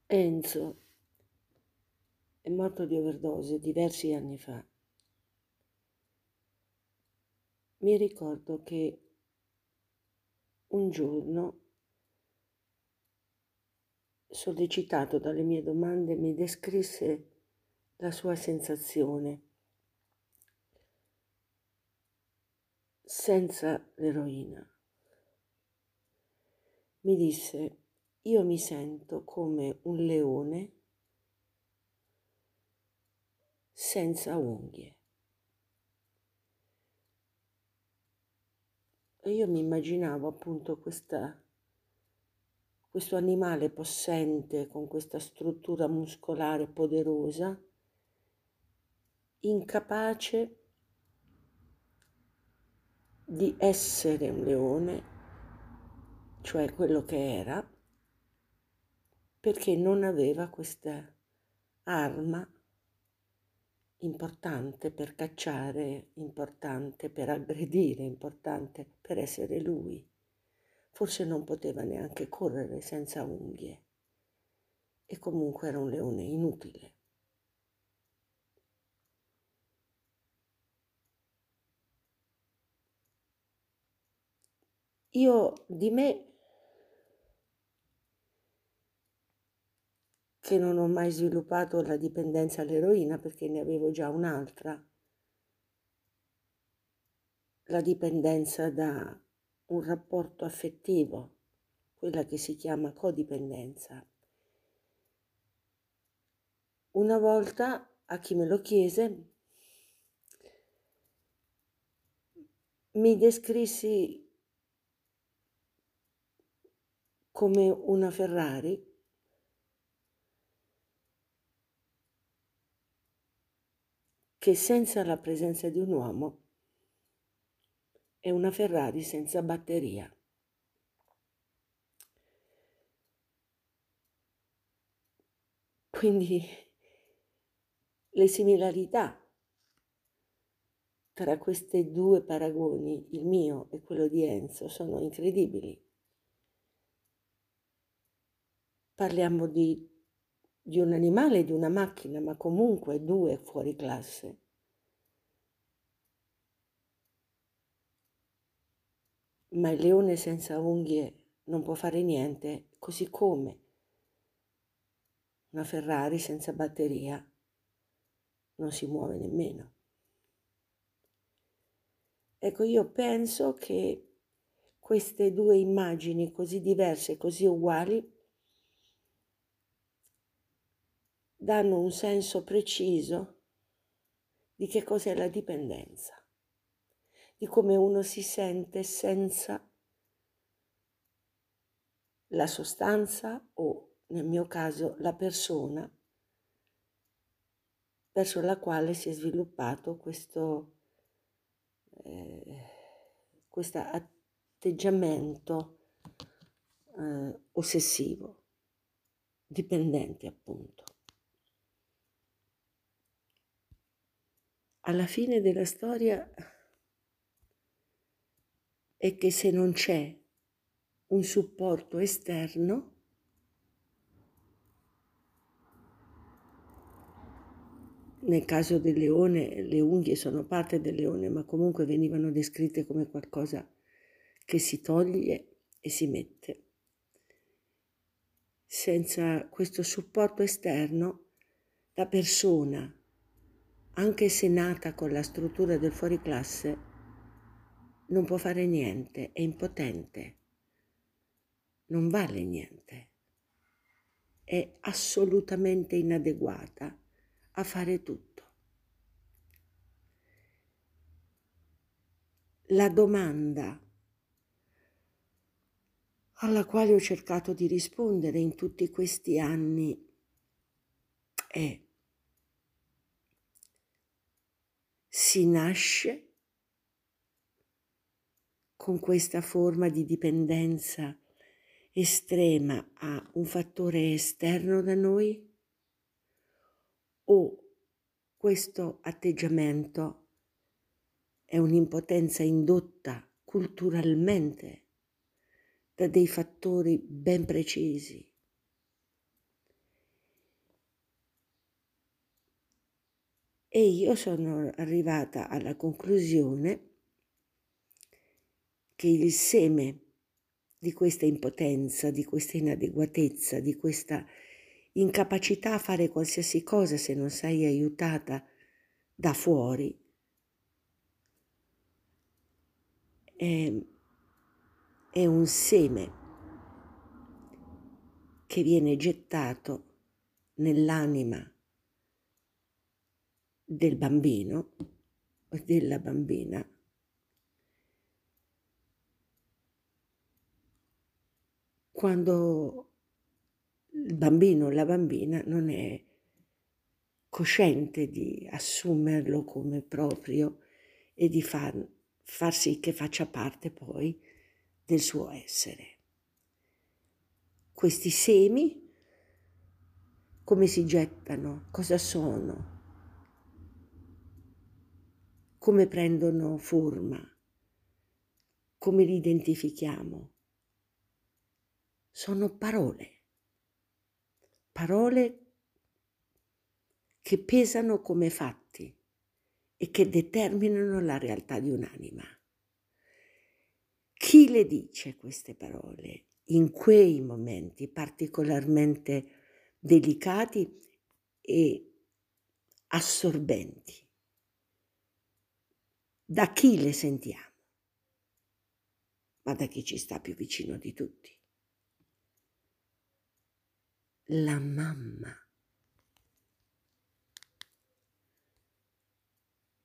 Enzo è morto di overdose diversi anni fa. Mi ricordo che un giorno, sollecitato dalle mie domande, mi descrisse la sua sensazione senza l'eroina. Mi disse: io mi sento come un leone senza unghie. E io mi immaginavo appunto questo animale possente con questa struttura muscolare poderosa, incapace di essere un leone, cioè quello che era, perché non aveva questa arma importante per cacciare, importante per aggredire, importante per essere lui. Forse non poteva neanche correre senza unghie e comunque era un leone inutile. Io di me, che non ho mai sviluppato la dipendenza all'eroina perché ne avevo già un'altra, la dipendenza da un rapporto affettivo, quella che si chiama codipendenza. Una volta, a chi me lo chiese, mi descrissi come una Ferrari che senza la presenza di un uomo è una Ferrari senza batteria. Quindi le similarità tra questi due paragoni, il mio e quello di Enzo, sono incredibili. Parliamo di un animale e di una macchina, ma comunque due fuori classe. Ma il leone senza unghie non può fare niente, così come una Ferrari senza batteria non si muove nemmeno. Ecco, io penso che queste due immagini così diverse, così uguali, danno un senso preciso di che cos'è la dipendenza, di come uno si sente senza la sostanza o, nel mio caso, la persona verso la quale si è sviluppato questo atteggiamento ossessivo, dipendente appunto. Alla fine della storia è che se non c'è un supporto esterno, nel caso del leone, le unghie sono parte del leone, ma comunque venivano descritte come qualcosa che si toglie e si mette. Senza questo supporto esterno, la persona, anche se nata con la struttura del fuoriclasse, non può fare niente, è impotente, non vale niente, è assolutamente inadeguata a fare tutto. La domanda alla quale ho cercato di rispondere in tutti questi anni è: si nasce con questa forma di dipendenza estrema a un fattore esterno da noi, o questo atteggiamento è un'impotenza indotta culturalmente da dei fattori ben precisi? E io sono arrivata alla conclusione che il seme di questa impotenza, di questa inadeguatezza, di questa incapacità a fare qualsiasi cosa se non sei aiutata da fuori, è un seme che viene gettato nell'anima del bambino o della bambina quando il bambino o la bambina non è cosciente di assumerlo come proprio e di far sì che faccia parte poi del suo essere. Questi semi come si gettano? Cosa sono? Come prendono forma? Come li identifichiamo? Sono parole che pesano come fatti e che determinano la realtà di un'anima. Chi le dice queste parole in quei momenti particolarmente delicati e assorbenti? Da chi le sentiamo? Ma da chi ci sta più vicino di tutti? La mamma.